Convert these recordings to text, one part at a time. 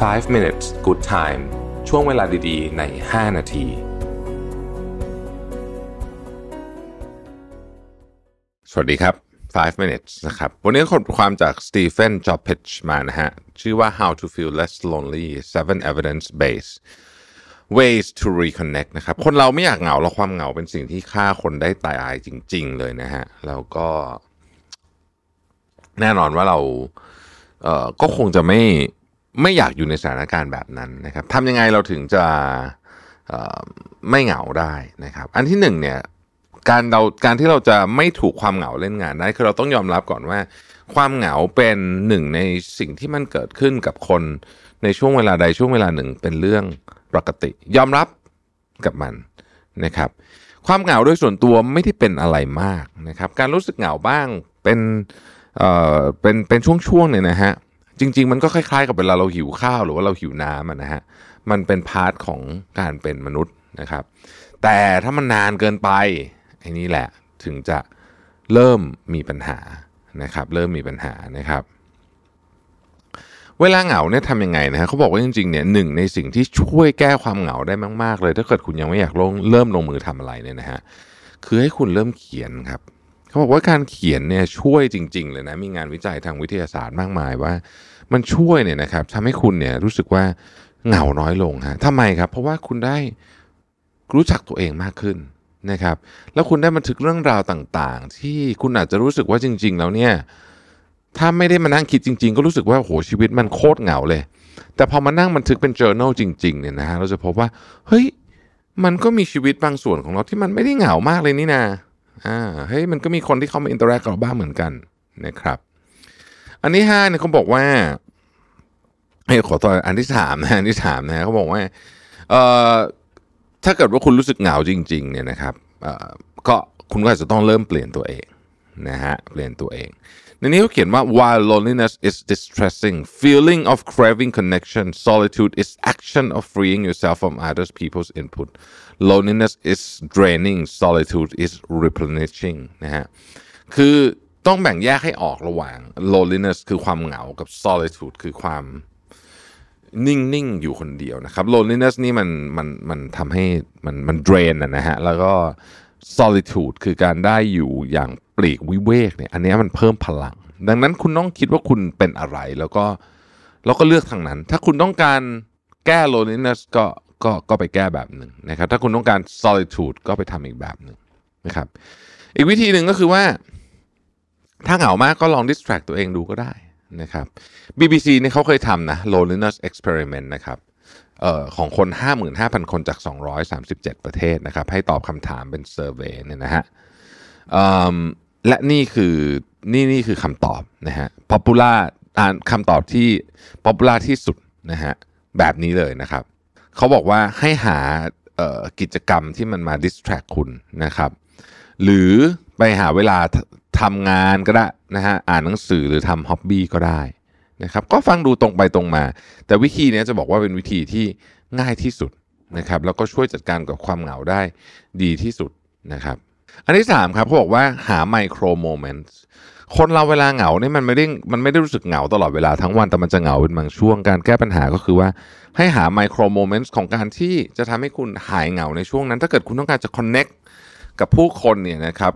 5 minutes good time ช่วงเวลาดีๆใน5นาทีสวัสดีครับ5 minutes นะครับวันนี้บทความจาก Stephen Joppich มานะฮะชื่อว่า How to Feel Less Lonely 7 Evidence-Based Ways to Reconnect นะครับคนเราไม่อยากเหงาแล้วความเหงาเป็นสิ่งที่ฆ่าคนได้ตายจริงๆเลยนะฮะแล้วก็แน่นอนว่าเราก็คงจะไม่อยากอยู่ในสถานการณ์แบบนั้นนะครับทำยังไงเราถึงจะไม่เหงาได้นะครับอันที่หนึ่งเนี่ยการที่เราจะไม่ถูกความเหงาเล่นงานได้คือเราต้องยอมรับก่อนว่าความเหงาเป็นหนึ่งในสิ่งที่มันเกิดขึ้นกับคนในช่วงเวลาใดช่วงเวลาหนึ่งเป็นเรื่องปกติยอมรับกับมันนะครับความเหงาโดยส่วนตัวไม่ได้เป็นอะไรมากนะครับการรู้สึกเหงาบ้างเป็นช่วงๆเนี่ยนะฮะจริงๆมันก็คล้ายๆกับเวลาเราหิวข้าวหรือว่าเราหิวน้ำนะฮะมันเป็นพาร์ทของการเป็นมนุษย์นะครับแต่ถ้ามันนานเกินไปไอ้นี่แหละถึงจะเริ่มมีปัญหานะครับเริ่มมีปัญหานะครับเวลาเหงาเนี่ยทำยังไงนะฮะเขาบอกว่าจริงๆเนี่ยหนึ่งในสิ่งที่ช่วยแก้ความเหงาได้มากๆเลยถ้าเกิดคุณยังไม่อยากเริ่มลงมือทำอะไรเนี่ยนะฮะคือให้คุณเริ่มเขียนครับเขาบอกว่าการเขียนเนี่ยช่วยจริงๆเลยนะมีงานวิจัยทางวิทยาศาสตร์มากมายว่ามันช่วยเนี่ยนะครับทำให้คุณเนี่ยรู้สึกว่าเหงาน้อยลงฮะทำไมครับเพราะว่าคุณได้รู้จักตัวเองมากขึ้นนะครับแล้วคุณได้บันทึกเรื่องราวต่างๆที่คุณอาจจะรู้สึกว่าจริงๆแล้วเนี่ยถ้าไม่ได้มานั่งคิดจริงๆก็รู้สึกว่าโหชีวิตมันโคตรเหงาเลยแต่พอมานั่งบันทึกเป็น journal จริงๆเนี่ยนะฮะเราจะพบว่าเฮ้ยมันก็มีชีวิตบางส่วนของเราที่มันไม่ได้เหงามากเลยนี่นะเฮ้ยมันก็มีคนที่เข้ามาอินเตอร์แอคกับเราบ้างเหมือนกันนะครับอันที่5เนี่ยเขาบอกว่าขอต่ออันที่3นะเขาบอกว่าถ้าเกิดว่าคุณรู้สึกเหงาจริงๆเนี่ยนะครับก็คุณก็อาจจะต้องเริ่มเปลี่ยนตัวเองนะฮะเปลี่ยนตัวเองในนี้เขาเขียนว่า while loneliness is distressing feeling of craving connection solitude is action of freeing yourself from other people's input loneliness is draining solitude is replenishing นะฮะคือต้องแบ่งแยกให้ออกระหว่าง loneliness คือความเหงากับ solitude คือความนิ่งๆอยู่คนเดียวนะครับ loneliness นี่มันทำให้มัน drain นะฮะแล้วก็ solitude คือการได้อยู่อย่างปลีกวิเวกเนี่ยอันนี้มันเพิ่มพลังดังนั้นคุณต้องคิดว่าคุณเป็นอะไรแล้วก็เลือกทางนั้นถ้าคุณต้องการแก้ loneliness ก็ไปแก้แบบหนึ่งนะครับถ้าคุณต้องการ solitude ก็ไปทำอีกแบบหนึ่งนะครับอีกวิธีหนึ่งก็คือว่าถ้าเหงามากก็ลอง distract ตัวเองดูก็ได้นะครับ BBC เนี่ยเขาเคยทำนะ loneliness experiment นะครับของคน 55,000 คนจาก237ประเทศนะครับให้ตอบคำถามเป็นเซอร์เวย์เนี่ยนะฮะและนี่คือคำตอบนะฮะ popular คำตอบที่ popular ที่สุดนะฮะแบบนี้เลยนะครับเขาบอกว่าให้หากิจกรรมที่มันมา distract คุณนะครับหรือไปหาเวลาทำงานก็ได้นะฮะอ่านหนังสือหรือทำฮ็อบบี้ก็ได้นะครับก็ฟังดูตรงไปตรงมาแต่วิธีนี้จะบอกว่าเป็นวิธีที่ง่ายที่สุดนะครับแล้วก็ช่วยจัดการกับความเหงาได้ดีที่สุดนะครับอันที่3ครับเขาบอกว่าหาไมโครโมเมนต์คนเราเวลาเหงาเนี่ยมันไม่ได้รู้สึกเหงาตลอดเวลาทั้งวันแต่มันจะเหงาเป็นบางช่วงการแก้ปัญหาก็คือว่าให้หาไมโครโมเมนต์ของการที่จะทำให้คุณหายเหงาในช่วงนั้นถ้าเกิดคุณต้องการจะคอนเน็กกับผู้คนเนี่ยนะครับ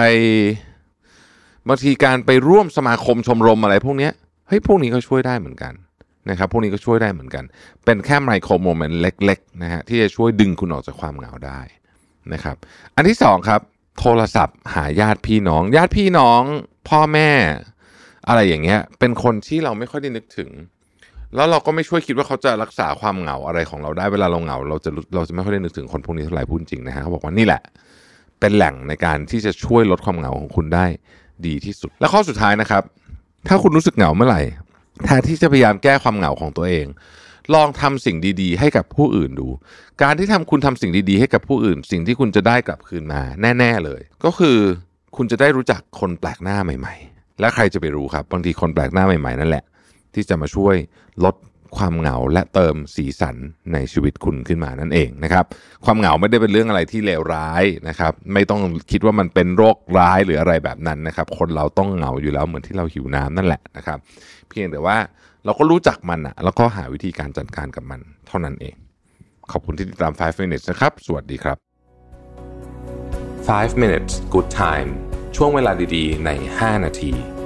บางทีการไปร่วมสมาคมชมรมอะไรพวกนี้เฮ้ยพวกนี้ก็ช่วยได้เหมือนกันนะครับพวกนี้ก็ช่วยได้เหมือนกันเป็นแค่ไมโครโมเมนต์เล็กๆนะฮะที่จะช่วยดึงคุณออกจากความเหงาได้นะครับอันที่2ครับโทรศัพท์หาญาติพี่น้องพ่อแม่อะไรอย่างเงี้ยเป็นคนที่เราไม่ค่อยได้นึกถึงแล้วเราก็ไม่ช่วยคิดว่าเขาจะรักษาความเหงาอะไรของเราได้เวลาเราเหงาเราจะไม่ค่อยได้นึกถึงคนพวกนี้เท่าไหร่พูดจริงนะฮะเขาบอกว่านี่แหละเป็นแหล่งในการที่จะช่วยลดความเหงาของคุณได้ดีที่สุดและข้อสุดท้ายนะครับถ้าคุณรู้สึกเหงาเมื่อไหร่แทนที่จะพยายามแก้ความเหงาของตัวเองลองทำสิ่งดีๆให้กับผู้อื่นดูการที่คุณทำสิ่งดีๆให้กับผู้อื่นสิ่งที่คุณจะได้กลับคืนมาแน่ๆเลยก็คือคุณจะได้รู้จักคนแปลกหน้าใหม่ๆและใครจะไปรู้ครับบางทีคนแปลกหน้าใหม่ๆนั่นแหละที่จะมาช่วยลดความเหงาและเติมสีสันในชีวิตคุณขึ้นมานั่นเองนะครับความเหงาไม่ได้เป็นเรื่องอะไรที่เลวร้ายนะครับไม่ต้องคิดว่ามันเป็นโรคร้ายหรืออะไรแบบนั้นนะครับคนเราต้องเหงาอยู่แล้วเหมือนที่เราหิวน้ำนั่นแหละนะครับเพียงแต่ว่าเราก็รู้จักมันแล้วก็หาวิธีการจัดการกับมันเท่านั้นเองขอบคุณที่ติดตาม5 minutes นะครับสวัสดีครับ5 minutes good time ช่วงเวลาดีๆใน5นาที